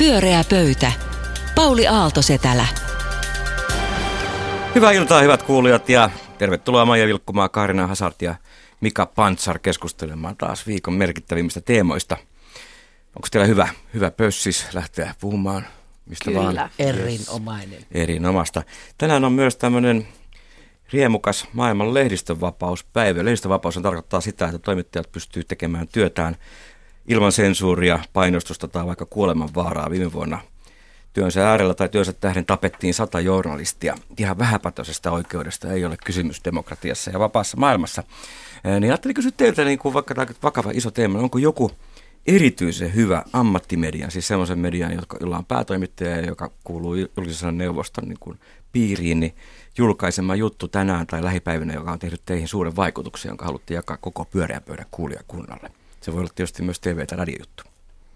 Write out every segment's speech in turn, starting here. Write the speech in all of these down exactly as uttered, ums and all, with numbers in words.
Pyöreä pöytä. Pauli Aalto-Setälä. Hyvää iltaa, hyvät kuulijat, ja tervetuloa Maija Vilkkumaa, Kaarina Hazard ja Mika Pantsar keskustelemaan taas viikon merkittävimmistä teemoista. Onko teillä hyvä, hyvä pössis lähteä puhumaan? Mistä Kyllä, vaan? erinomainen. Erinomasta. Tänään on myös tämmöinen riemukas maailman lehdistönvapauspäivä. Lehdistönvapaus on tarkoittaa sitä, että toimittajat pystyy tekemään työtään ilman sensuuria, painostusta tai vaikka kuoleman vaaraa. Viime vuonna työnsä äärellä tai työnsä tähden tapettiin sata journalistia. Ihan vähäpätöisestä oikeudesta ei ole kysymys demokratiassa ja vapaassa maailmassa. Niin ajattelin kysyä teiltä, niin kuin vaikka tämä vakava iso teema, onko joku erityisen hyvä ammattimedian, siis semmoisen median, jolla on päätoimittaja, joka kuuluu julkisen neuvoston niin kuin piiriin, niin julkaisema juttu tänään tai lähipäivinä, joka on tehnyt teihin suuren vaikutuksen, jonka haluttiin jakaa koko pyöreän pöydän kuulijakunnalle. Se voi olla tietysti myös T V- tai radiojuttu.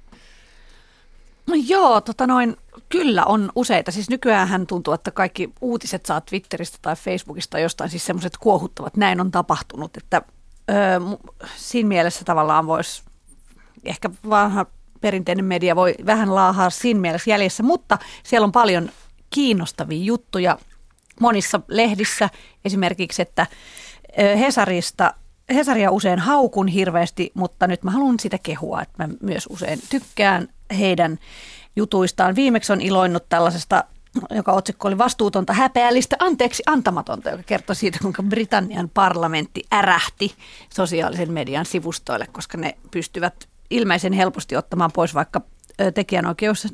No joo, tota noin, kyllä on useita. Siis nykyäänhän tuntuu, että kaikki uutiset saa Twitteristä tai Facebookista tai jostain, siis semmoiset kuohuttavat, näin on tapahtunut, että öö, siinä mielessä tavallaan voisi, ehkä vanha perinteinen media voi vähän laahaa siinä mielessä jäljessä, mutta siellä on paljon kiinnostavia juttuja monissa lehdissä, esimerkiksi, että Hesarista Hesaria usein haukun hirveästi, mutta nyt mä haluan sitä kehua, että mä myös usein tykkään heidän jutuistaan. Viimeksi on iloinnut tällaisesta, joka otsikko oli vastuutonta, häpeällistä, anteeksi antamatonta, joka kertoi siitä, kuinka Britannian parlamentti ärähti sosiaalisen median sivustoille, koska ne pystyvät ilmeisen helposti ottamaan pois vaikka tekijänoikeus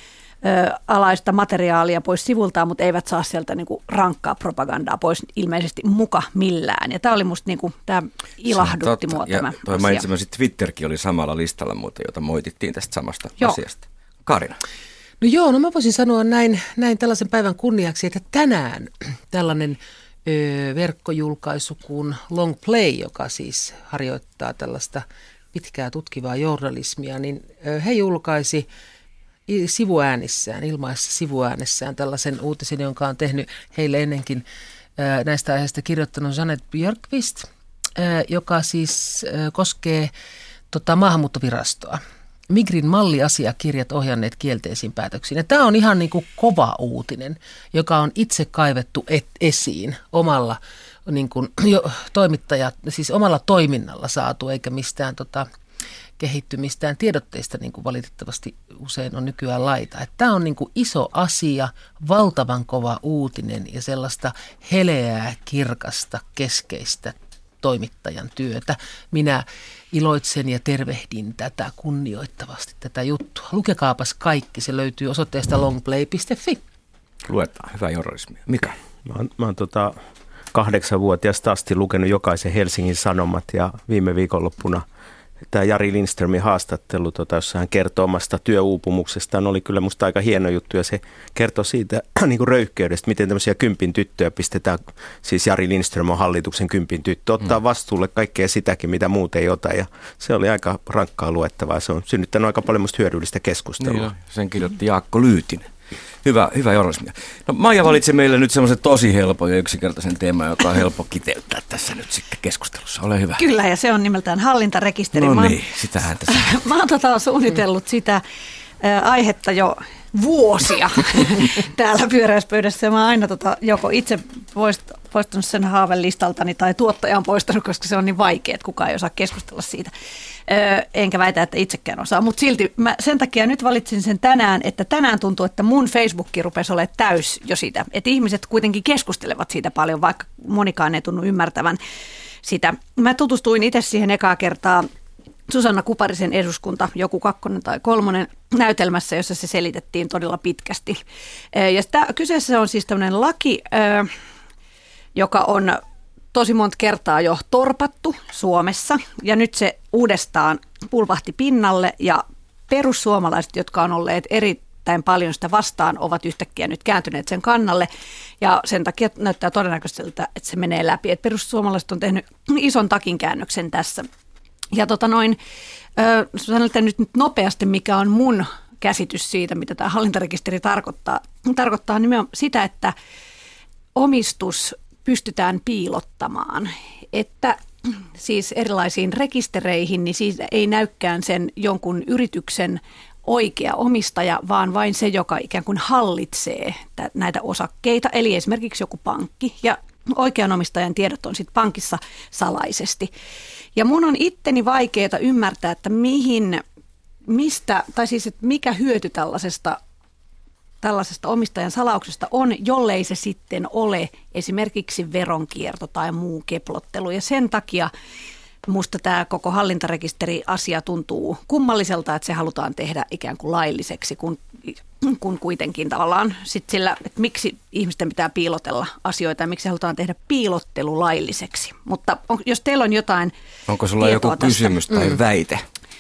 alaista materiaalia pois sivultaan, mutta eivät saa sieltä niinku rankkaa propagandaa pois ilmeisesti muka millään. Ja tämä oli musta niinku, tämä ilahdutti mua tämä asia. Toi mainitsemasi Twitterkin oli samalla listalla muuten, jota moitittiin tästä samasta joo. asiasta. Kaarina. No joo, no mä voisin sanoa näin, näin tällaisen päivän kunniaksi, että tänään tällainen ö, verkkojulkaisu kuin Long Play, joka siis harjoittaa tällaista pitkää tutkivaa journalismia, niin ö, he julkaisi sivuäänissään, ilmaisessa sivuäänessään tällaisen uutisen, jonka on tehnyt heille ennenkin ää, näistä aiheista kirjoittanut Jeanette Björkqvist, ää, joka siis ää, koskee tota, maahanmuuttovirastoa. Migrin malliasiakirjat ohjanneet kielteisiin päätöksiin. Ja tämä on ihan niin kuin kova uutinen, joka on itse kaivettu et, esiin omalla niin kuin, jo, toimittajat, siis omalla toiminnalla saatu, eikä mistään tota, kehittymistään tiedotteista, niin kuin valitettavasti usein on nykyään laita. Että tämä on niin kuin iso asia, valtavan kova uutinen ja sellaista heleää, kirkasta, keskeistä toimittajan työtä. Minä iloitsen ja tervehdin tätä kunnioittavasti, tätä juttua. Lukekaapas kaikki, se löytyy osoitteesta longplay piste fi. Luetaan, hyvää journalismia. Mika? Mä oon, mä oon tota kahdeksanvuotiaasta asti lukenut jokaisen Helsingin Sanomat ja viime viikonloppuna tämä Jari Lindströmin haastattelu, tota, jossa hän kertoo omasta työuupumuksestaan, oli kyllä musta aika hieno juttu, ja se kertoo siitä niin kuin röyhkeydestä, miten tämmöisiä kympin tyttöjä pistetään, siis Jari Lindström on hallituksen kympin tyttö, ottaa vastuulle kaikkea sitäkin, mitä muut ei ota, ja se oli aika rankkaa luettavaa, se on synnyttänyt aika paljon musta hyödyllistä keskustelua. Niin, sen kirjoitti Jaakko Lyytinen. Hyvä, hyvä journalismia. No Maija valitsi meille nyt semmoisen tosi helpon ja yksinkertaisen teeman, joka on helppo kiteyttää tässä nyt sitten keskustelussa. Ole hyvä. Kyllä, ja se on nimeltään hallintarekisteri. No mä niin, sitähän tässä. Mä oon tota suunnitellut sitä ä, aihetta jo vuosia täällä pyöreässä pöydässä. Mä oon aina tota, joko itse poistanut sen haaven listaltani tai tuottaja on poistanut, koska se on niin vaikea, että kukaan ei osaa keskustella siitä. Öö, enkä väitä, että itsekään osaa, mutta silti mä sen takia nyt valitsin sen tänään, että tänään tuntuu, että mun Facebookki rupesi olemaan täys jo sitä, että ihmiset kuitenkin keskustelevat siitä paljon, vaikka monikaan ei tunnu ymmärtävän sitä. Mä tutustuin itse siihen ekaa kertaa Susanna Kuparisen Eduskunta, joku kakkonen tai kolmonen näytelmässä, jossa se selitettiin todella pitkästi. Öö, ja sitä, kyseessä on siis tämmöinen laki, öö, joka on tosi monta kertaa jo torpattu Suomessa, ja nyt se uudestaan pulvahti pinnalle, ja perussuomalaiset, jotka on olleet erittäin paljon sitä vastaan, ovat yhtäkkiä nyt kääntyneet sen kannalle, ja sen takia näyttää todennäköiseltä, että se menee läpi, että perussuomalaiset on tehnyt ison takinkäännöksen tässä. Ja tota noin, äh, sanon nyt nopeasti, mikä on mun käsitys siitä, mitä tämä hallintarekisteri tarkoittaa. Tarkoittaa nimenomaan sitä, että omistus pystytään piilottamaan, että siis erilaisiin rekistereihin, niin siitä ei näykään sen jonkun yrityksen oikea omistaja, vaan vain se, joka ikään kuin hallitsee näitä osakkeita, eli esimerkiksi joku pankki. Ja oikean omistajan tiedot on sitten pankissa salaisesti. Ja mun on itteni vaikeaa ymmärtää, että mihin, mistä, tai siis että mikä hyöty tällaisesta, tällaisesta omistajan salauksesta on, jollei se sitten ole esimerkiksi veronkierto tai muu keplottelu. Ja sen takia musta tämä koko hallintarekisteri-asia tuntuu kummalliselta, että se halutaan tehdä ikään kuin lailliseksi, kun, kun kuitenkin tavallaan sit sillä, että miksi ihmisten pitää piilotella asioita ja miksi halutaan tehdä piilottelu lailliseksi. Mutta on, jos teillä on jotain Onko sulla joku tästä kysymys tai mm. väite?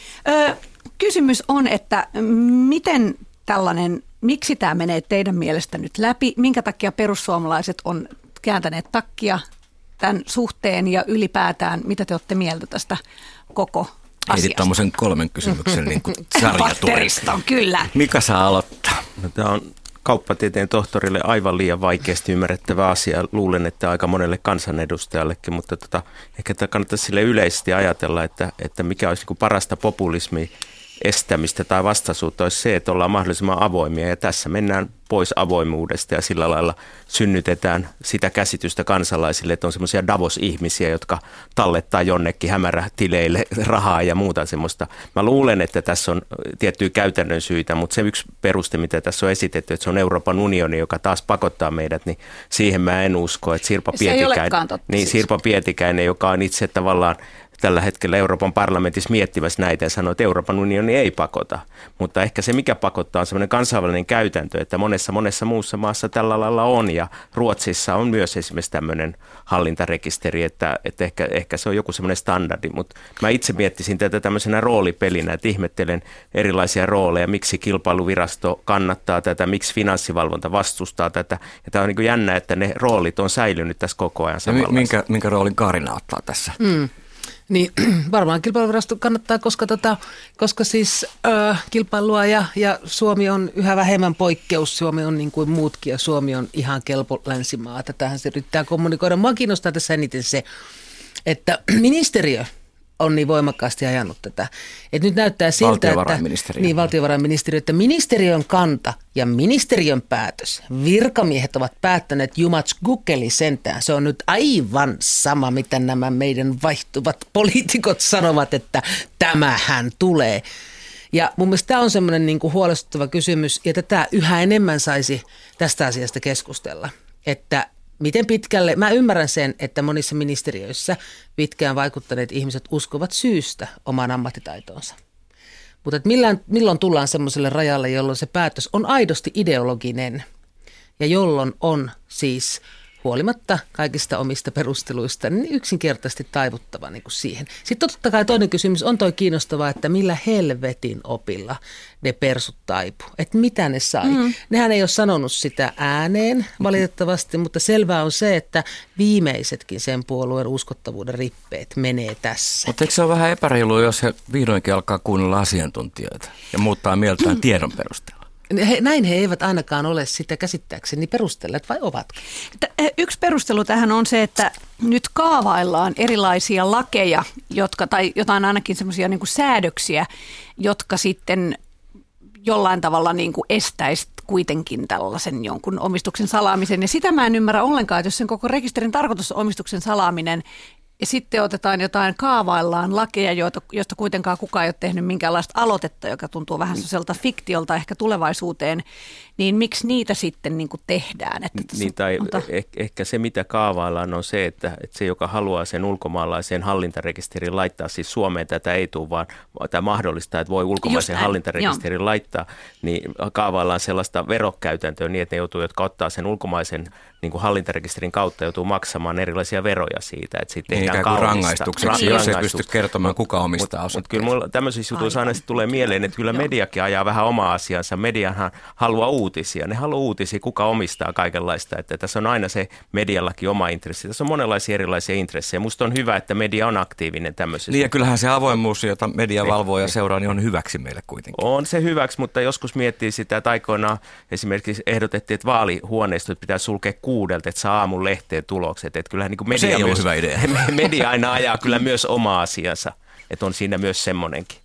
Ö, kysymys on, että miten tällainen, miksi tämä menee teidän mielestä nyt läpi, minkä takia perussuomalaiset on kääntäneet takkia tämän suhteen ja ylipäätään, mitä te olette mieltä tästä koko asiasta? Heitit tuommoisen kolmen kysymyksen niin kuin sarjatuen. Kyllä. Mika saa aloittaa. No, tämä on kauppatieteen tohtorille aivan liian vaikeasti ymmärrettävä asia. Luulen, että aika monelle kansanedustajallekin, mutta tota, ehkä tämä kannattaisi sille yleisesti ajatella, että, että mikä olisi niin kuin parasta populismia estämistä tai vastaisuutta olisi se, että ollaan mahdollisimman avoimia ja tässä mennään pois avoimuudesta ja sillä lailla synnytetään sitä käsitystä kansalaisille, että on semmoisia Davos-ihmisiä, jotka tallettaa jonnekin hämärätileille rahaa ja muuta semmoista. Mä luulen, että tässä on tiettyjä käytännön syitä, mutta se yksi peruste, mitä tässä on esitetty, että se on Euroopan unioni, joka taas pakottaa meidät, niin siihen mä en usko, että Sirpa Pietikäinen, niin Sirpa Pietikäinen, joka on itse tavallaan tällä hetkellä Euroopan parlamentissa miettivässä näitä ja sanoo, että Euroopan unioni ei pakota. Mutta ehkä se, mikä pakottaa, on sellainen kansainvälinen käytäntö, että monessa monessa muussa maassa tällä lailla on. Ja Ruotsissa on myös esimerkiksi tämmöinen hallintarekisteri, että, että ehkä, ehkä se on joku semmoinen standardi. Mutta mä itse miettisin tätä tämmöisenä roolipelinä, että ihmettelen erilaisia rooleja, miksi kilpailuvirasto kannattaa tätä, miksi finanssivalvonta vastustaa tätä. Ja tämä on niin kuin jännä, että ne roolit on säilynyt tässä koko ajan samalla. Minkä, minkä roolin Kaarina ottaa tässä? Mm. Niin varmaan kilpailuvirasto kannattaa, koska, tota, koska siis ö, kilpailua ja, ja Suomi on yhä vähemmän poikkeus. Suomi on niin kuin muutkin ja Suomi on ihan kelpo länsimaa. Tätähän se yrittää kommunikoida. Mua kiinnostaa tässä eniten se, että ministeriö on niin voimakkaasti ajanut tätä. Että nyt näyttää siltä, valtiovarainministeriö. Että, niin, valtiovarainministeriö, että ministeriön kanta ja ministeriön päätös, virkamiehet ovat päättäneet jumats gukkeli sentään. Se on nyt aivan sama, mitä nämä meidän vaihtuvat poliitikot sanovat, että tämähän tulee. Ja mun mielestä tämä on semmoinen niin kuin huolestuttava kysymys, ja tätä yhä enemmän saisi tästä asiasta keskustella, että miten pitkälle, mä ymmärrän sen, että monissa ministeriöissä pitkään vaikuttaneet ihmiset uskovat syystä omaan ammattitaitoonsa. Mutta että millään, milloin tullaan semmoiselle rajalle, jolloin se päätös on aidosti ideologinen ja jolloin on siis huolimatta kaikista omista perusteluista niin yksinkertaisesti taivuttava niin kuin siihen. Sitten totta kai toinen kysymys on toi kiinnostavaa, että millä helvetin opilla ne persut taipu. Että mitä ne sai. Mm. Nehän ei ole sanonut sitä ääneen valitettavasti, mutta selvää on se, että viimeisetkin sen puolueen uskottavuuden rippeet menee tässä. Mutta eikö se ole vähän epäreilua, jos he vihdoinkin alkaa kuunnella asiantuntijoita ja muuttaa mieltään tiedon perusteella? He, näin he eivät ainakaan ole sitä käsittääkseni perustelleet, vai ovatko? Yksi perustelu tähän on se, että nyt kaavaillaan erilaisia lakeja, jotka, tai jotain ainakin semmoisia niin kuin säädöksiä, jotka sitten jollain tavalla niin kuin estäisi kuitenkin tällaisen jonkun omistuksen salaamisen. Ja sitä mä en ymmärrä ollenkaan, että jos sen koko rekisterin tarkoitus on omistuksen salaaminen, ja sitten otetaan jotain, kaavaillaan lakeja, joita, joista kuitenkaan kukaan ei ole tehnyt minkäänlaista aloitetta, joka tuntuu vähän sellaiselta fiktiolta ehkä tulevaisuuteen, niin miksi niitä sitten niin kuin tehdään? Että niin, tai on ta- eh- ehkä se, mitä kaavaillaan, on se, että, että se, joka haluaa sen ulkomaalaisen hallintarekisterin laittaa, siis Suomeen tätä ei tule, vaan tämä mahdollistaa, että voi ulkomaisen hallintarekisterin joo. laittaa, niin kaavaillaan sellaista verokäytäntöä niin, että ne joutuu, jotka ottaa sen ulkomaisen niin kuin hallintarekisterin kautta, joutuu maksamaan erilaisia veroja siitä, että sitten niin, ikään kuin rangaistukseksi, jos ei pysty kertomaan, kuka omistaa osakkeita. Mutta kyllä mulla tämmöisissä jutuissa aina tulee mieleen, että kyllä mediakin ajaa vähän omaa asiansa. Mediahan haluaa uutisia. Ne haluaa uutisia, kuka omistaa kaikenlaista. Että tässä on aina se mediallakin oma intressi. Tässä on monenlaisia erilaisia intressejä. Musta on hyvä, että media on aktiivinen tämmöisessä. Niin ja kyllähän se avoimuus, jota media valvoo ja seuraa, niin on hyväksi meille kuitenkin. On se hyväksi, mutta joskus miettii sitä, että aikoinaan esimerkiksi ehdotettiin, että vaalihuoneistot pitää sulkea kuudelta, että saa aamun lehteen tulokset. Että kyllähän niin kuin media se ei myös, hyvä idea. Media aina ajaa kyllä myös oma asiansa, että on siinä myös semmoinenkin.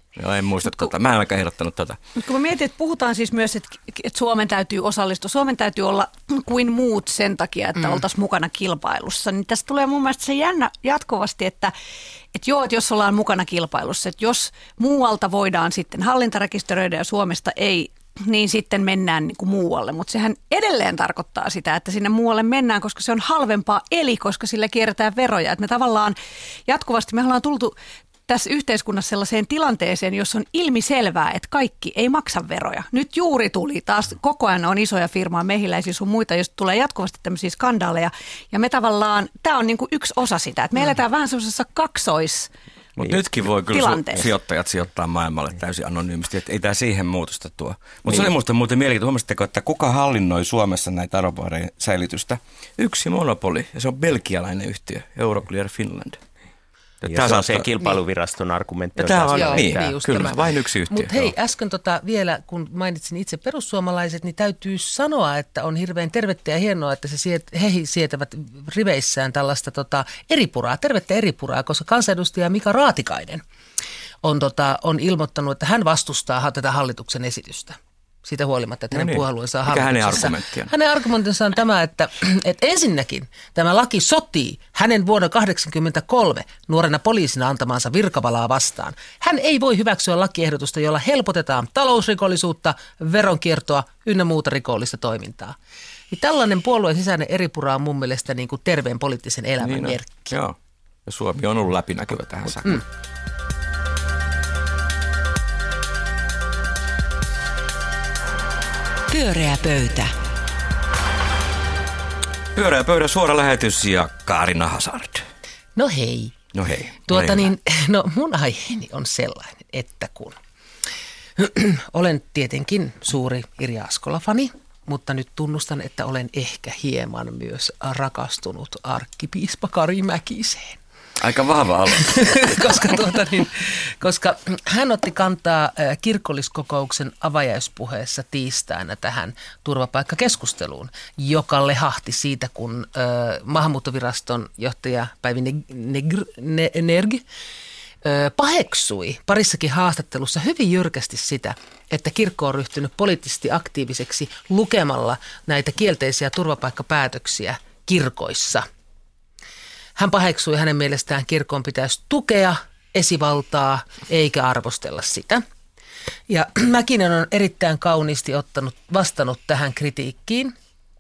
Joo, en muista tota. Mä en aika ehdottanut tätä. Kun mä mietin, että puhutaan siis myös, että, että Suomen täytyy osallistua, Suomen täytyy olla kuin muut sen takia, että mm. oltaisiin mukana kilpailussa, niin tässä tulee mun mielestä se jännä jatkuvasti, että, että joo, että jos ollaan mukana kilpailussa, että jos muualta voidaan sitten hallintarekisteröidä ja Suomesta ei, niin sitten mennään niin kuin muualle. Mutta sehän edelleen tarkoittaa sitä, että sinne muualle mennään, koska se on halvempaa, eli koska sillä kierretään veroja. Että me tavallaan jatkuvasti, me ollaan tultu tässä yhteiskunnassa sellaiseen tilanteeseen, jossa on ilmiselvää, että kaikki ei maksa veroja. Nyt juuri tuli taas, koko ajan on isoja firmaa, mehiläisiä sun muita, jos tulee jatkuvasti tämmöisiä skandaaleja. Ja me tavallaan, tämä on niin kuin yksi osa sitä, että me eletään vähän semmoisessa kaksois. Mutta nytkin voi kyllä su- sijoittajat sijoittaa maailmalle täysin anonyymisti, että ei tämä siihen muutosta tuo. Mutta niin. Se oli musta muuten mielenkiintoista. Huomasitteko, että kuka hallinnoi Suomessa näitä arvopareiden säilytystä? Yksi monopoli, ja se on belgialainen yhtiö, Euroclear Finland. Ja tämä on se kilpailuviraston argumentti. Tämä on joo, niin, niin kyllä, tämä. Vain yksi yhtiö. Mutta hei, äsken tota vielä, kun mainitsin itse perussuomalaiset, niin täytyy sanoa, että on hirveän tervettä ja hienoa, että se siet, he sietävät riveissään tällaista tota, eripuraa, tervettä eripuraa, koska kansanedustaja Mika Raatikainen on, tota, on ilmoittanut, että hän vastustaa tätä hallituksen esitystä. Siitä huolimatta, että no hänen niin. puolueensa on Mikä hallituksessa. hänen argumenttiaan? Hänen argumenttinsa on tämä, että, että ensinnäkin tämä laki sotii hänen vuonna tuhatyhdeksänsataakahdeksankymmentäkolme nuorena poliisina antamansa virkavalaa vastaan. Hän ei voi hyväksyä lakiehdotusta, jolla helpotetaan talousrikollisuutta, veronkiertoa ynnä muuta rikollista toimintaa. Niin tällainen puolueen sisäinen eripura on mun mielestä niin kuin terveen poliittisen elämän niin merkki. Joo, ja Suomi on ollut läpinäkyvä tähän saakka. Mm. Pyöreä pöytä. Pyöreä pöydä, suora lähetys ja Kaarina Hazard. No hei. No hei. Tuota niin, no mun aiheeni on sellainen, että kun olen tietenkin suuri Irja Askola-fani, mutta nyt tunnustan, että olen ehkä hieman myös rakastunut arkkipiispa Kari Mäkiseen. Aika vahva aloite. koska, tuota niin, koska hän otti kantaa kirkolliskokouksen avajaispuheessa tiistaina tähän turvapaikkakeskusteluun, joka lehahti siitä, kun äh, maahanmuuttoviraston johtaja Päivi Nerg äh, paheksui parissakin haastattelussa hyvin jyrkästi sitä, että kirkko on ryhtynyt poliittisesti aktiiviseksi lukemalla näitä kielteisiä turvapaikkapäätöksiä kirkoissa. Hän paheksui, hänen mielestään kirkon pitäisi tukea esivaltaa eikä arvostella sitä. Ja Mäkinen on erittäin kauniisti ottanut, vastannut tähän kritiikkiin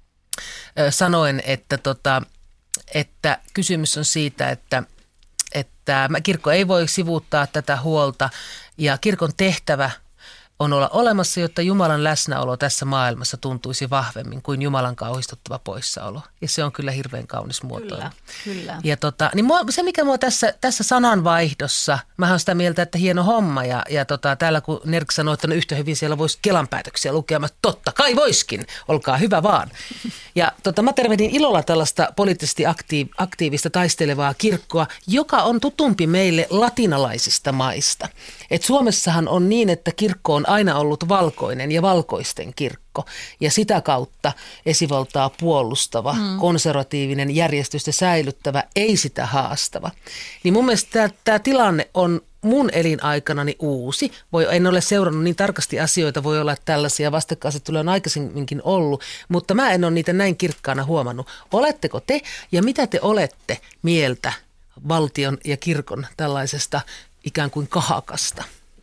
sanoen, että, tota, että kysymys on siitä, että, että kirkko ei voi sivuuttaa tätä huolta ja kirkon tehtävä on olla olemassa, jotta Jumalan läsnäolo tässä maailmassa tuntuisi vahvemmin kuin Jumalan kauhistuttava poissaolo. Ja se on kyllä hirveän kaunis muotoilu. Kyllä, kyllä. Ja tota, niin mua, se, mikä mua tässä, tässä sananvaihdossa, mä oon sitä mieltä, että hieno homma. Ja, ja tota, täällä kun Nerk sanoi, että no yhtä hyvin siellä voisi Kelan päätöksiä lukea, mä totta kai voiskin, olkaa hyvä vaan. Ja tota, mä tervehdin ilolla tällaista poliittisesti aktiiv- aktiivista taistelevaa kirkkoa, joka on tutumpi meille latinalaisista maista. Et Suomessahan on niin, että kirkko on aina ollut valkoinen ja valkoisten kirkko. Ja sitä kautta esivaltaa puolustava, mm. konservatiivinen, järjestystä säilyttävä, ei sitä haastava. Niin mun mielestä tämä tilanne on mun elinaikanani uusi. Voi, en ole seurannut niin tarkasti asioita, voi olla, että tällaisia vastakkainasetteluja on aikaisemminkin ollut, mutta mä en ole niitä näin kirkkaana huomannut. Oletteko te ja mitä te olette mieltä valtion ja kirkon tällaisesta ikään kuin kahakasta?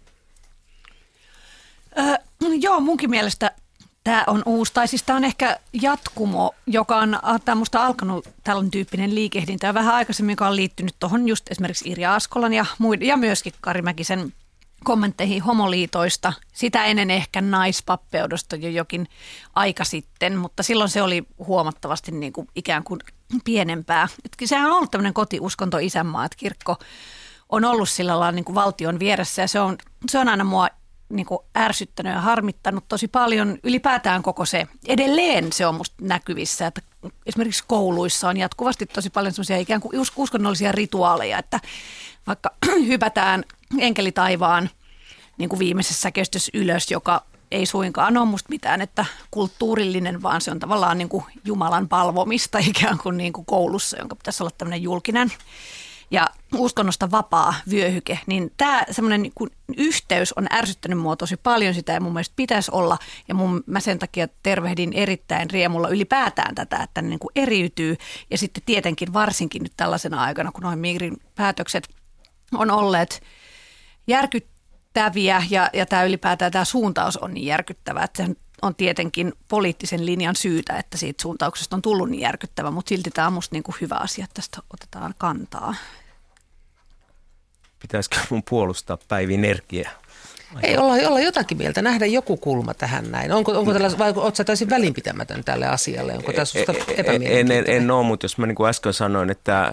Öö, joo, munkin mielestä tämä on uusi, tai siis tämä on ehkä jatkumo, joka on tämmöistä alkanut tällainen tyyppinen liikehdintä vähän aikaisemmin, joka on liittynyt tuohon just esimerkiksi Irja Askolan ja, muiden, ja myöskin Kari Mäkisen kommentteihin homoliitoista. Sitä ennen ehkä naispappeudesta jo jokin aika sitten, mutta silloin se oli huomattavasti niin kuin ikään kuin pienempää. Et sehän on ollut tämmöinen kotiuskonto isänmaa, että kirkko on ollut sillä lailla niin kuin valtion vieressä ja se on, se on aina mua niin kuin ärsyttänyt ja harmittanut tosi paljon. Ylipäätään koko se, edelleen se on musta näkyvissä, että esimerkiksi kouluissa on jatkuvasti tosi paljon semmoisia ikään kuin uskonnollisia rituaaleja, että vaikka hypätään enkelitaivaan niin kuin viimeisessä säkeistys ylös, joka ei suinkaan ole musta mitään, että kulttuurillinen, vaan se on tavallaan niin kuin Jumalan palvomista ikään kuin, niin kuin koulussa, jonka pitäisi olla tämmöinen julkinen. ja uskonnosta vapaa vyöhyke, niin tämä semmoinen niin kuin yhteys on ärsyttänyt mua tosi paljon, sitä ei mun mielestä pitäisi olla, ja mun, mä sen takia tervehdin erittäin riemulla ylipäätään tätä, että ne niin kuin eriytyy, ja sitten tietenkin varsinkin nyt tällaisena aikana, kun noin Migrin päätökset on olleet järkyttäviä, ja, ja tämä ylipäätään tämä suuntaus on niin järkyttävä, että se on tietenkin poliittisen linjan syytä, että siitä suuntauksesta on tullut niin järkyttävä, mutta silti tämä on musta niin kuin hyvä asia, että tästä otetaan kantaa. Pitäisikö mun puolustaa Päivi Nergiä? Ei olla, olla jotakin mieltä, nähdä joku kulma tähän näin. Onko, onko tällä, vai oletko sä täysin välinpitämätön tälle asialle? Onko tässä epämielenkiintoinen? En, en, en ole, mutta jos mä niin kuin äsken sanoin, että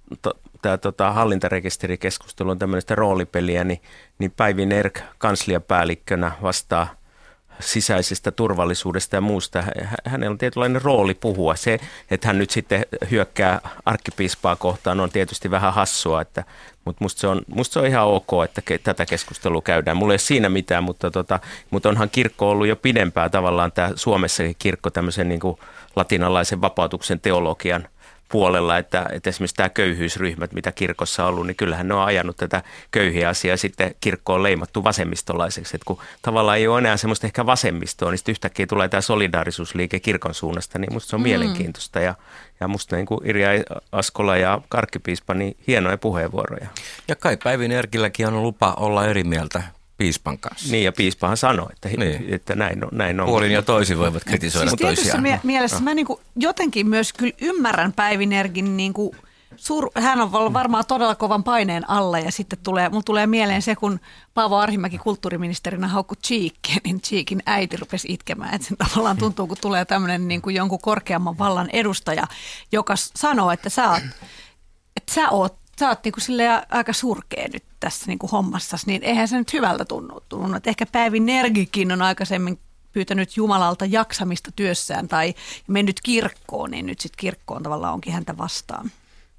tämä tota, hallintarekisterikeskustelu on tämmöistä roolipeliä, niin, niin Päivi Nerg kansliapäällikkönä vastaa sisäisestä turvallisuudesta ja muusta. Hänellä on tietynlainen rooli puhua. Se, että hän nyt sitten hyökkää arkkipiispaa kohtaan, on tietysti vähän hassua, että, mutta musta se, on, musta se on ihan ok, että ke, tätä keskustelua käydään. Mulla ei ole siinä mitään, mutta, tota, mutta onhan kirkko ollut jo pidempään tavallaan tämä Suomessakin kirkko tämmöisen niin kuin latinalaisen vapautuksen teologian puolella, että, että esimerkiksi tämä köyhyysryhmät, mitä kirkossa on ollut, niin kyllähän ne on ajanut tätä köyhiä asiaa ja sitten kirkko on leimattu vasemmistolaiseksi, että kun tavallaan ei ole enää semmoista ehkä vasemmistoa, niin sitten yhtäkkiä tulee tämä solidaarisuusliike kirkon suunnasta, niin musta se on mm. mielenkiintoista ja, ja musta niin kuin Irja Askola ja arkkipiispa, niin hienoja puheenvuoroja. Ja kai Päivi Nergilläkin on lupa olla eri mieltä piispan kanssa. Niin, ja piispahan sanoi, että, niin. että näin on. Näin on. Puolin ja toisin voivat kritisoida siis toisiaan. Mie- mielessä no. mä niinku jotenkin myös kyllä ymmärrän Päivi Nergin, niinku sur- hän on varmaan todella kovan paineen alla, ja sitten tulee, mulla tulee mieleen se, kun Paavo Arhimäki kulttuuriministerinä haukkui Cheekkiä, niin Cheekin äiti rupesi itkemään. Että sen tavallaan tuntuu, kun tulee tämmöinen niinku jonkun korkeamman vallan edustaja, joka sanoo, että sä oot, että sä oot Sä oot niinku aika surkea nyt tässä niinku hommassasi, niin eihän se nyt hyvältä tunnu. Ehkä Päivi Nergikin on aikaisemmin pyytänyt Jumalalta jaksamista työssään tai mennyt kirkkoon, niin nyt sitten kirkkoon tavallaan onkin häntä vastaan.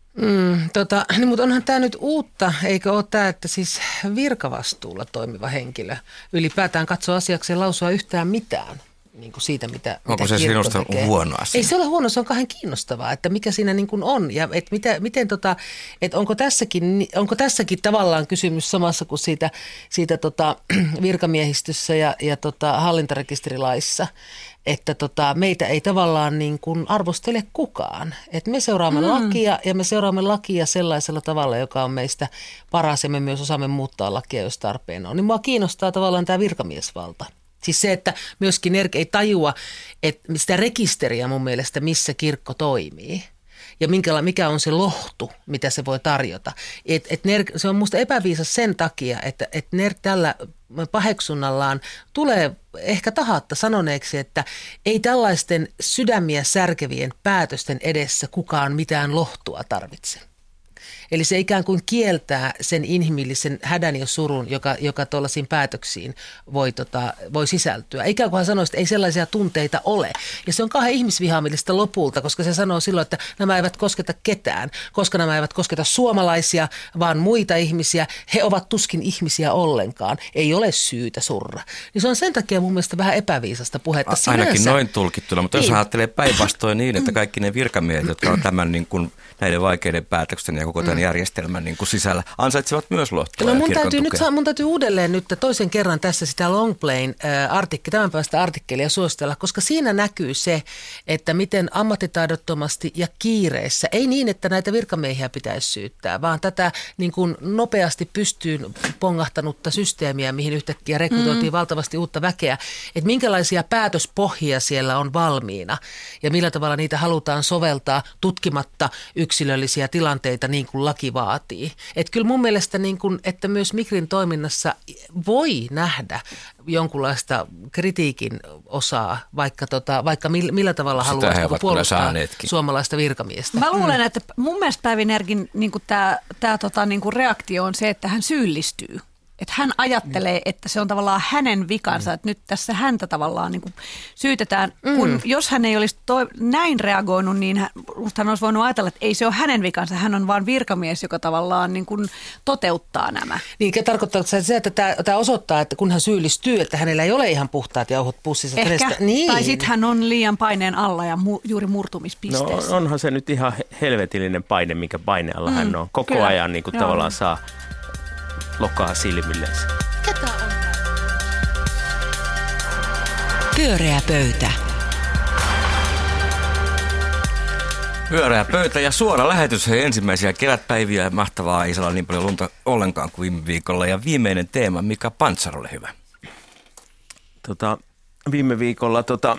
Mm, tota, niin, mutta onhan tämä nyt uutta, eikö ole tämä, että siis virkavastuulla toimiva henkilö ylipäätään katsoo asiakseen lausua yhtään mitään. Niin kuin siitä, mitä, onko mitä se sinusta tekee. Huono asia? Ei se ole huono, se on kahden kiinnostavaa, että mikä siinä niin kuin on. Ja et mitä, miten tota, että onko tässäkin, onko tässäkin tavallaan kysymys samassa kuin siitä, siitä tota, virkamiehistössä ja, ja tota, hallintarekisterilaissa, että tota, meitä ei tavallaan niin kuin arvostele kukaan. Et me seuraamme mm. lakia ja me seuraamme lakia sellaisella tavalla, joka on meistä paras ja me myös osaamme muuttaa lakia, jos tarpeen on. Niin mua kiinnostaa tavallaan tämä virkamiesvalta. Siis se, että myöskin Nerg ei tajua, että sitä rekisteriä mun mielestä, missä kirkko toimii ja minkä, mikä on se lohtu, mitä se voi tarjota. Et, et Nerg, se on musta epäviisas sen takia, että et Nerg tällä paheksunnallaan tulee ehkä tahatta sanoneeksi, että ei tällaisten sydämiä särkevien päätösten edessä kukaan mitään lohtua tarvitse. Eli se ikään kuin kieltää sen inhimillisen hädän ja surun, joka, joka tuollaisiin päätöksiin voi, tota, voi sisältyä. Ikään kuin hän sanoi, että ei sellaisia tunteita ole. Ja se on kahden ihmisvihaamillista lopulta, koska se sanoo silloin, että nämä eivät kosketa ketään, koska nämä eivät kosketa suomalaisia, vaan muita ihmisiä. He ovat tuskin ihmisiä ollenkaan. Ei ole syytä surra. Niin se on sen takia mun mielestä vähän epäviisasta puhetta. A- ainakin sinänsä noin tulkittuna, mutta niin. Jos ajattelee päinvastoin niin, että kaikki ne virkamiehet, jotka on tämän niin kuin näiden vaikeiden päätöksen ja koko tämän järjestelmän niin kuin sisällä, ansaitsevat myös lohtua no, ja mun kirkon täytyy tukea. nyt, mun täytyy uudelleen nyt toisen kerran tässä sitä Longplayn artikkeli, tämän päivästä artikkelia suositella, koska siinä näkyy se, että miten ammattitaidottomasti ja kiireessä, ei niin, että näitä virkamiehiä pitäisi syyttää, vaan tätä niin kuin nopeasti pystyyn pongahtanutta systeemiä, mihin yhtäkkiä rekrytoitiin mm. valtavasti uutta väkeä, että minkälaisia päätöspohjia siellä on valmiina ja millä tavalla niitä halutaan soveltaa tutkimatta yksilöllisiä tilanteita niin kuin laki vaatii. Että kyllä mun mielestä, niin kuin, että myös Migrin toiminnassa voi nähdä jonkunlaista kritiikin osaa, vaikka, tota, vaikka millä, millä tavalla haluaa puolustaa suomalaista virkamiestä. Mä luulen, että mun mielestä Päivi Nergin niin tämä tota, niin reaktio on se, että hän syyllistyy. Että hän ajattelee, että se on tavallaan hänen vikansa, että nyt tässä häntä tavallaan niin kuin syytetään. Kun mm. jos hän ei olisi toi, näin reagoinut, niin hän, hän olisi voinut ajatella, että ei se ole hänen vikansa, hän on vaan virkamies, joka tavallaan niin kuin toteuttaa nämä. Niin, tarkoittaako se, että tämä, tämä osoittaa, että kun hän syyllistyy, että hänellä ei ole ihan puhtaat jauhot pussissa. Ehkä, hänestä, niin. Tai sitten hän on liian paineen alla ja mu, juuri murtumispisteessä. No onhan se nyt ihan helvetillinen paine, minkä paine alla mm, hän on. Koko kyllä. ajan niin kuin tavallaan saa lokaa silmilleensä. Ketä on? Pyöreä pöytä. Pyöreä pöytä ja suora lähetys. Hei, ensimmäisiä kevätpäiviä. Mahtavaa, ei saa niin paljon lunta ollenkaan kuin viime viikolla. Ja viimeinen teema, Mika Pantsar, ole hyvä. Tota, viime viikolla tota,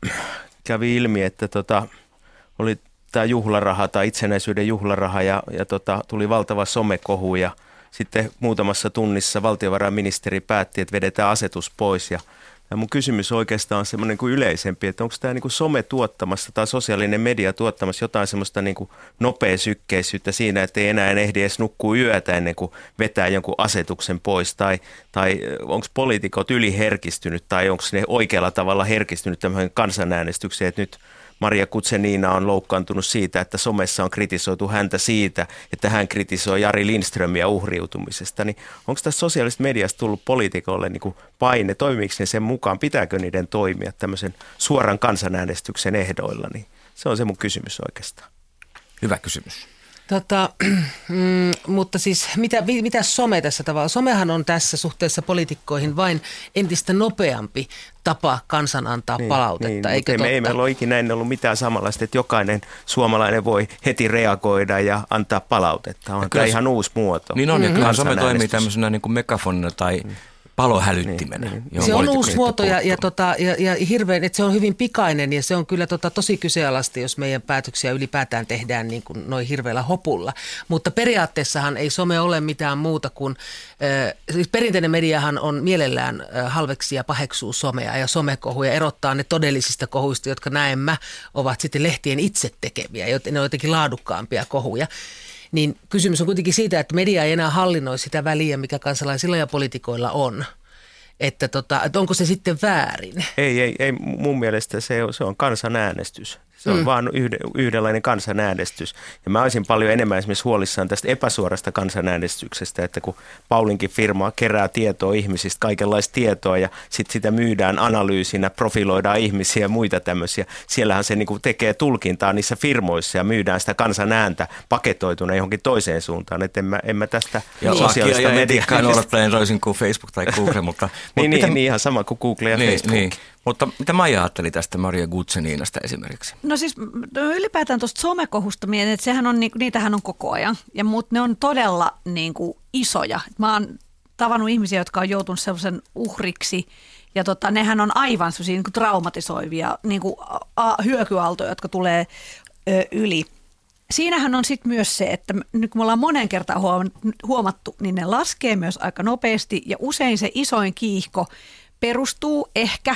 kävi ilmi, että tota, oli tämä juhlaraha tai itsenäisyyden juhlaraha ja, ja tota, tuli valtava somekohu ja sitten muutamassa tunnissa valtiovarainministeri päätti, että vedetään asetus pois ja Ja mun kysymys oikeastaan on semmoinen kuin yleisempi, että onko tämä niin kuin some tuottamassa tai sosiaalinen media tuottamassa jotain semmoista niin kuin nopeasykkeisyyttä siinä, että ei enää ehdi edes nukkua yötä ennen kuin vetää jonkun asetuksen pois, tai, tai onko poliitikot yliherkistynyt tai onko ne oikealla tavalla herkistynyt tämmöinen kansanäänestykseen, että nyt Maria Guzenina on loukkaantunut siitä, että somessa on kritisoitu häntä siitä, että hän kritisoi Jari Lindströmiä uhriutumisesta. Niin onko tässä sosiaalisesta mediasta tullut poliitikolle niin kuin paine? Toimiiko ne sen mukaan? Pitääkö niiden toimia tämmöisen suoran kansanäänestyksen ehdoilla? Niin se on se mun kysymys oikeastaan. Hyvä kysymys. Tota, mm, mutta siis mitä, mitä some tässä tavalla? Somehan on tässä suhteessa poliitikkoihin vain entistä nopeampi tapa kansan antaa niin, palautetta, niin, eikö ei, totta? ei meillä ole ikinä ennen ollut mitään samanlaista, että jokainen suomalainen voi heti reagoida ja antaa palautetta. On tämä ihan uusi muoto. Niin on, ja kyllähän some toimii tämmöisenä niin kuin megafonina tai mm. palohälyttimenä. Niin, niin. Se on uusi muoto ja, ja, tota, ja, ja hirveän, että se on hyvin pikainen ja se on kyllä tota, tosi kyseenalaista, jos meidän päätöksiä ylipäätään tehdään niin kuin noin hirveällä hopulla. Mutta periaatteessahan ei some ole mitään muuta kuin, äh, siis perinteinen mediahan on mielellään äh, halveksi ja paheksuu somea ja somekohuja, erottaa ne todellisista kohuista, jotka näemmä ovat sitten lehtien itse tekemiä, joten ne on jotenkin laadukkaampia kohuja. Niin kysymys on kuitenkin siitä, että media ei enää hallinnoi sitä väliä, mikä kansalaisilla ja poliitikoilla on. Että, tota, että onko se sitten väärin? Ei, ei, ei mun mielestä se on, se on kansanäänestys. Se on mm. vaan yhden, yhdenlainen kansanäänestys. Ja mä olisin paljon enemmän esimerkiksi huolissaan tästä epäsuorasta kansanäänestyksestä, että kun Paulinkin firma kerää tietoa ihmisistä, kaikenlaista tietoa ja sitten sitä myydään analyysinä, profiloidaan ihmisiä ja muita tämmöisiä. Siellähän se niinku tekee tulkintaa niissä firmoissa ja myydään sitä kansanääntä paketoituna johonkin toiseen suuntaan. Että en mä, en mä tästä ja sosiaalista mediaa. Ja etiikkaa noudattaen toisin kuin Facebook tai Google. Mutta, niin, mutta niin, niin, ihan sama kuin Google ja niin, Facebook. Niin. Mutta mitä Maija ajatteli tästä Maria Guzeninasta esimerkiksi? No siis ylipäätään tuosta somekohusta mietin, että sehän on, niitähän on koko ajan, ja mutta ne on todella niin kuin isoja. Mä oon tavannut ihmisiä, jotka on joutunut sellaisen uhriksi, ja tota, nehän on aivan sellaisia niin kuin traumatisoivia niin kuin hyökyaaltoja, jotka tulee ö, yli. Siinähän on sitten myös se, että nyt kun me ollaan monen kertaan huomattu, niin ne laskee myös aika nopeasti, ja usein se isoin kiihko perustuu ehkä,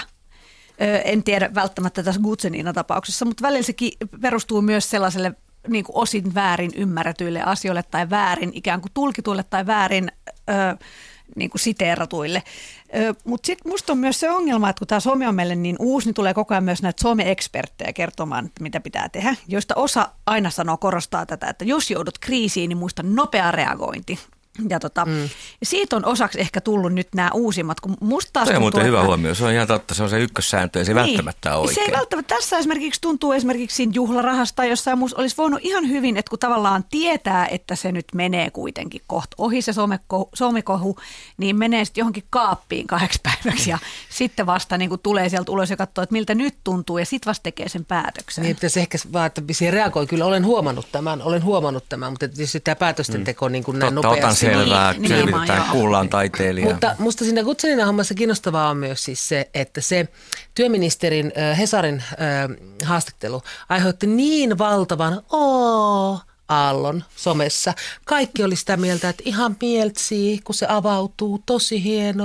en tiedä välttämättä tässä Guzenina-tapauksessa, mutta välillä se perustuu myös sellaiselle niin kuin osin väärin ymmärretyille asioille tai väärin ikään kuin tulkituille tai väärin ö, niin kuin siteeratuille. Mutta sitten musta on myös se ongelma, että kun tämä some on meille niin uusi, niin tulee koko ajan myös näitä some-eksperttejä kertomaan, että mitä pitää tehdä, joista osa aina sanoo, korostaa tätä, että jos joudut kriisiin, niin muista nopea reagointi. Ja tota, mm. siitä on osaksi ehkä tullut nyt nämä uusimmat, kun musta taas... Se on muuten hyvä että... huomio, se on ihan totta, se on se ykkössääntö ja se niin, välttämättä on oikein. Se ei välttämättä, tässä esimerkiksi tuntuu esimerkiksi siinä juhlarahasta, jossain muussa olisi voinut ihan hyvin, että kun tavallaan tietää, että se nyt menee kuitenkin kohta ohi se somekohu, somekohu niin menee sitten johonkin kaappiin kahdeksi päiväksi ja sitten vasta niin kuin tulee sieltä ulos ja katsoo, että miltä nyt tuntuu ja sitten vasta tekee sen päätöksen. Niin, pitäisi ehkä vaan, että siihen reagoi. Kyllä olen huomannut tämän, olen huomannut tämän, mutta tietysti tämä päätösten teko niin kuin näin totta, nopeasti. Selvää, niin, selvitetään, niin, kuullaan taiteilijaa. Mutta musta siinä Guzenina hommassa kiinnostavaa on myös siis se, että se työministerin äh, Hesarin äh, haastattelu aiheutti niin valtavan ooo aallon somessa. Kaikki oli sitä mieltä, että ihan mieltsii, kun se avautuu, tosi hienoa.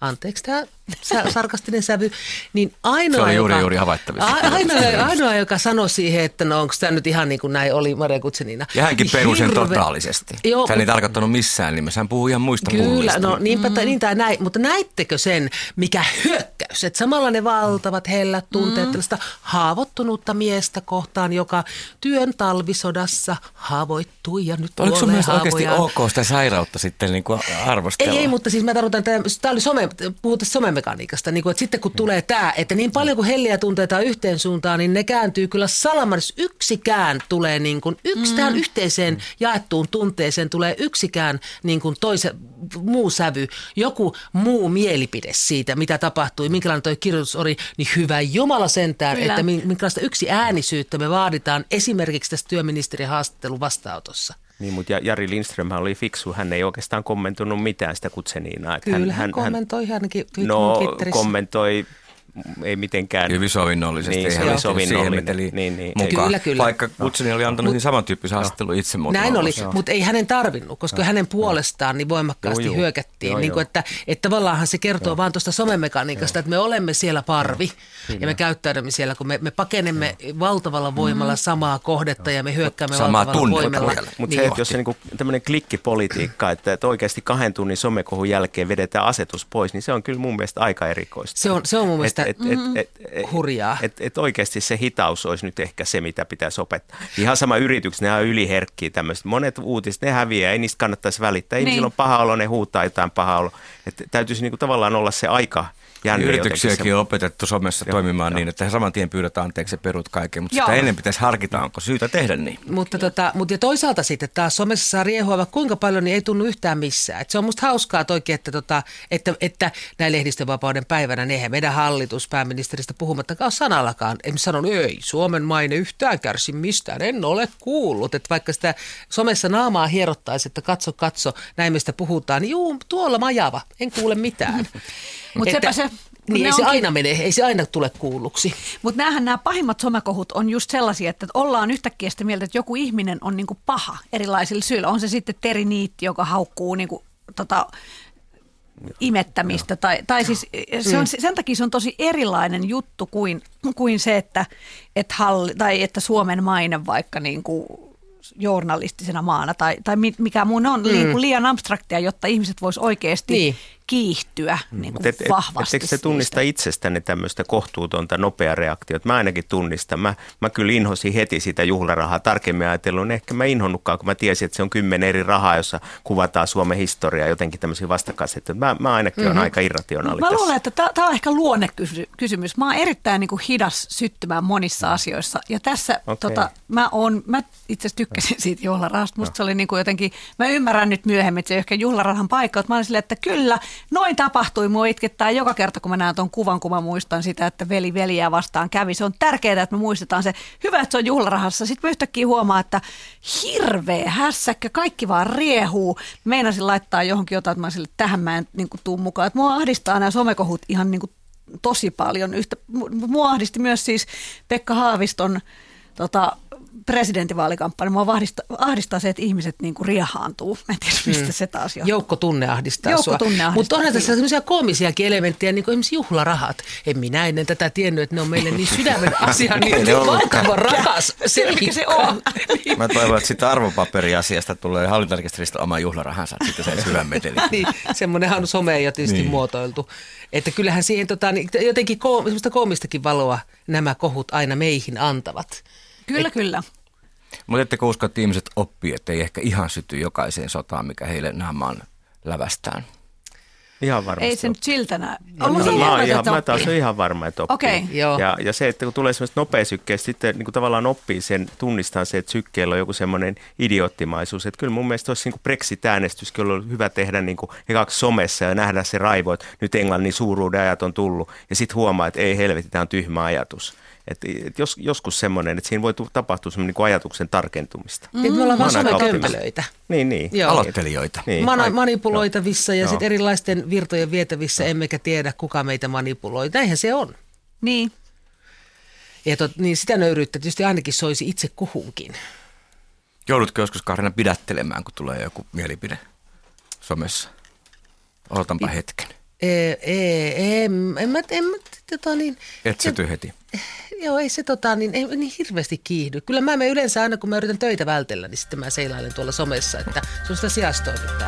anteeksi tämä sarkastinen sävy, niin ainoa, se oli juuri, joka, juuri havaittavissa. Ainoa, ainoa, joka sanoi siihen, että no onko tämä nyt ihan niin kuin näin oli Maria Guzenina. Ja hänkin perui sen Hirve... totaalisesti. Joo, Hän ei tarkoittanut missään nimessä, hän puhuu ihan muista kyllä, pullista. no niinpä mm. niin tai näin, mutta näittekö sen, mikä hyökkäys, että samalla ne valtavat hellät tunteet, mm. tällaista haavoittunutta miestä kohtaan, joka työn talvisodassa haavoittui ja nyt oliko sun mielestä haavoja. oikeasti ok sitä sairautta sitten niin kuin arvostella? Ei, ei, mutta siis mä tarkoitan, tämä oli some, puhutaan somemekaniikasta, niin kuin, että sitten kun tulee tämä, että niin paljon kuin helliä tunteita yhteen suuntaan, niin ne kääntyy kyllä salamarissa. Yksikään tulee niin kuin, yksi mm. tähän yhteiseen jaettuun tunteeseen tulee yksikään niin kuin toisen, muu sävy, joku muu mielipide siitä, mitä tapahtui, minkälainen toi kirjoitus oli, niin hyvä Jumala sentään, kyllä. Että minkälaista yksi äänisyyttä me vaaditaan esimerkiksi tässä työministerin haastattelun vastaanotossa. Niin, mutta Jari Lindström oli fiksu. Hän ei oikeastaan kommentoinut mitään sitä Guzeninaa. Kyllä hän, hän kommentoi ainakin no, Twitterissä. kommentoi ei mitenkään. Hyvin sovinnollisesti. Niin, ei hän sovinnollinen. Niin, niin, mukaan. Kyllä, kyllä. Vaikka Guzenina oli antanut Mut, niin samantyyppisen haastattelun itse. Näin oli, mutta ei hänen tarvinnut, koska no. hänen puolestaan niin voimakkaasti joo, hyökättiin. Joo, niin kuin, että, että tavallaanhan se kertoo joo. vaan tuosta somemekaniikasta, joo. että me olemme siellä parvi joo. ja me käyttäydymme siellä, kun me, me pakenemme joo. valtavalla voimalla samaa kohdetta ja me hyökkäämme samaa valtavalla voimalla. Mutta se, että jos se niinku, tämmöinen klikkipolitiikka, että, että oikeasti kahden tunnin somekohun jälkeen vedetään asetus pois, niin se on kyllä mun mielestä aika erikoista. Se on, se on mun mielestä et, et, et, et, hurjaa. Että et oikeasti se hitaus olisi nyt ehkä se, mitä pitäisi opettaa. Ihan sama yritykset, ne on yliherkkiä tämmöiset. Monet uutiset, ne häviää, ei niistä kannattaisi välittää. Ihmisillä niin. on paha olo, ne huutaa jotain paha olo. Että täytyisi niinku tavallaan olla se aika jänne. Yrityksiäkin on opetettu somessa joo, toimimaan joo. niin, että he saman tien pyydät anteeksi ja perut kaiken. Mutta sitä ennen pitäisi harkita, onko syytä tehdä niin. Mutta, tota, mutta ja toisaalta sitten taas somessa saa riehua vaikka kuinka paljon, niin ei tunnu yhtään missään. Et se on musta hauskaa toikin, että, tota, että, että näin lehdistönvapauden päivänä, niin eihän meidän hallitus pääministeristä puhumattakaan sanallakaan. Ei sanon, ei, Suomen maine yhtään kärsi mistään, en ole kuullut. Että vaikka sitä somessa naamaa hierottaisi, että katso, katso, näin mistä puhutaan, niin juu, tuolla majava, en kuule mitään. Mutta sepä se... Niin ei onkin... se aina mene, ei se aina tule kuulluksi. Mutta näähän nämä pahimmat somekohut on just sellaisia, että ollaan yhtäkkiä sitä mieltä, että joku ihminen on niinku paha erilaisilla syillä. On se sitten Teri Niitti, joka haukkuu niinku, tota, imettämistä. Tai, tai siis se on, sen takia se on tosi erilainen juttu kuin, kuin se, että, et halli, tai että Suomen maine vaikka niinku journalistisena maana tai, tai mikä muun on mm. liian abstraktia, jotta ihmiset vois oikeasti niin. kiihtyä niin kuin et, et, vahvasti. Etteikö se tunnista itsestäni tämmöistä kohtuutonta nopea reaktiota? Mä ainakin tunnistan. Mä, mä kyllä inhosin heti sitä juhlarahaa. Tarkemmin ajatellut, ehkä mä inhonnutkaan, kun mä tiesin, että se on kymmenen eri rahaa, jossa kuvataan Suomen historiaa jotenkin tämmöisiä vastakkaisia. Mä, mä ainakin mm-hmm. on aika irrationaali Mä tässä. luulen, että tämä on ehkä luonnekysymys. Mä oon erittäin niin kuin hidas syttymään monissa asioissa. Ja tässä okay. tota, mä, oon, mä itse asiassa tykkäsin siitä juhlarahasta. Musta no. se oli niin kuin jotenkin, mä ymmärrän nyt myöhemmin, että se ei ole ehkä juhlarahan paikka. Että mä olin silleen, että kyllä, noin tapahtui. Mua itkettää joka kerta, kun mä näen tuon kuvan, kun mä muistan sitä, että veli veliä vastaan kävi. Se on tärkeää, että me muistetaan se. Hyvä, että se on juhlarahassa. Sitten mä yhtäkkiä huomaa, että hirveä hässäkkä, kaikki vaan riehuu. Meinasin laittaa johonkin jotain, että mä sille, tähän mä en niin kuin, tuu mukaan. Että mua ahdistaa nämä somekohut ihan niin kuin, tosi paljon. Yhtä, mua ahdisti myös siis Pekka Haaviston tota, presidentinvaalikampanja. Mua ahdistaa, ahdistaa se, että ihmiset niinku riehaantuu. Mä en tiedä, mistä mm. se taas johtuu. Joukko tunne ahdistaa Joukko sua. Tunne ahdistaa. Mutta onhan tässä sellaisia koomisiakin elementtejä, niin kuin esimerkiksi juhlarahat. En minä ennen tätä tiennyt, että ne on meille niin sydämen asia, niin valtavan rakas. Se, mikä se on. Mä toivon, että siitä arvopaperiasiasta tulee hallintarekisteristä oma juhlarahansa, että sitten se hyvän meteli. Niin, semmoinenhan on somea jo tietysti niin. muotoiltu. Että kyllähän siihen tota, niin, jotenkin ko- semmoista koomistakin valoa nämä kohut aina meihin antavat. Kyllä, Et, kyllä. Mutta ettekö usko, että ihmiset oppii, että ei ehkä ihan syty jokaiseen sotaan, mikä heille naamaan lävästään? Ihan varmasti. Ei se nyt siltä näy. No, no, mä, mä, ihan, mä taas olen ihan varma, että oppii. Okay. Ja, ja se, että kun tulee semmoista nopea sykkeä, sitten niin kuin tavallaan oppii sen, tunnistaa se, että sykkeellä on joku semmoinen idioottimaisuus. Että kyllä mun mielestä olisi niin kuin Brexit-äänestys, kyllä on hyvä tehdä niin kuin ekaksi somessa ja nähdä se raivo, että nyt Englannin suuruuden ajat on tullut. Ja sitten huomaa, että ei helvetti, tämä on tyhmä ajatus. Että et jos, joskus semmoinen, että siinä voi tapahtua semmoinen niin ajatuksen tarkentumista. Mm. Että me ollaan vaan somekömpelöitä. Niin, niin. Aloittelijoita. Niin. Mana- manipuloitavissa ja sitten erilaisten virtojen vietävissä, no. emmekä tiedä, kuka meitä manipuloi. Näinhän se on. Niin. Ja tot, niin sitä nöyryyttä tietysti ainakin soisi itse kuhunkin. Joudutko joskus, Kaarina, pidättelemään, kun tulee joku mielipide somessa? Odotanpa hetken. Ei, ei, en, en mä, en mä, tota niin. Et syty heti. Joo, ei se tota niin, ei niin hirveästi kiihdy. Kyllä mä menen yleensä aina, kun mä yritän töitä vältellä, niin sitten mä seilailen tuolla somessa, että se on sitä sijaistoimintaa.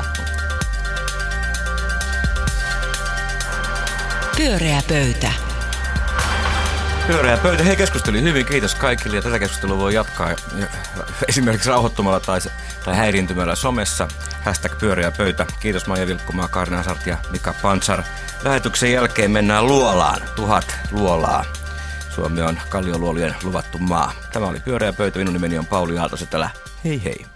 Pyöreä pöytä. Pyöreä pöytä. Hei, keskustelu hyvin. Kiitos kaikille. Ja tätä keskustelua voi jatkaa esimerkiksi rauhoittumalla tai, tai häiriintymällä somessa. Hashtag pyöreä pöytä. Kiitos Maija Vilkkumaa, Kaarina Asart ja Mika Pantsar. Lähetyksen jälkeen mennään luolaan. Tuhat luolaa. Suomi on kallioluolujen luvattu maa. Tämä oli Pyöreä pöytä. Minun nimeni on Pauli Aaltosetälä. Hei hei.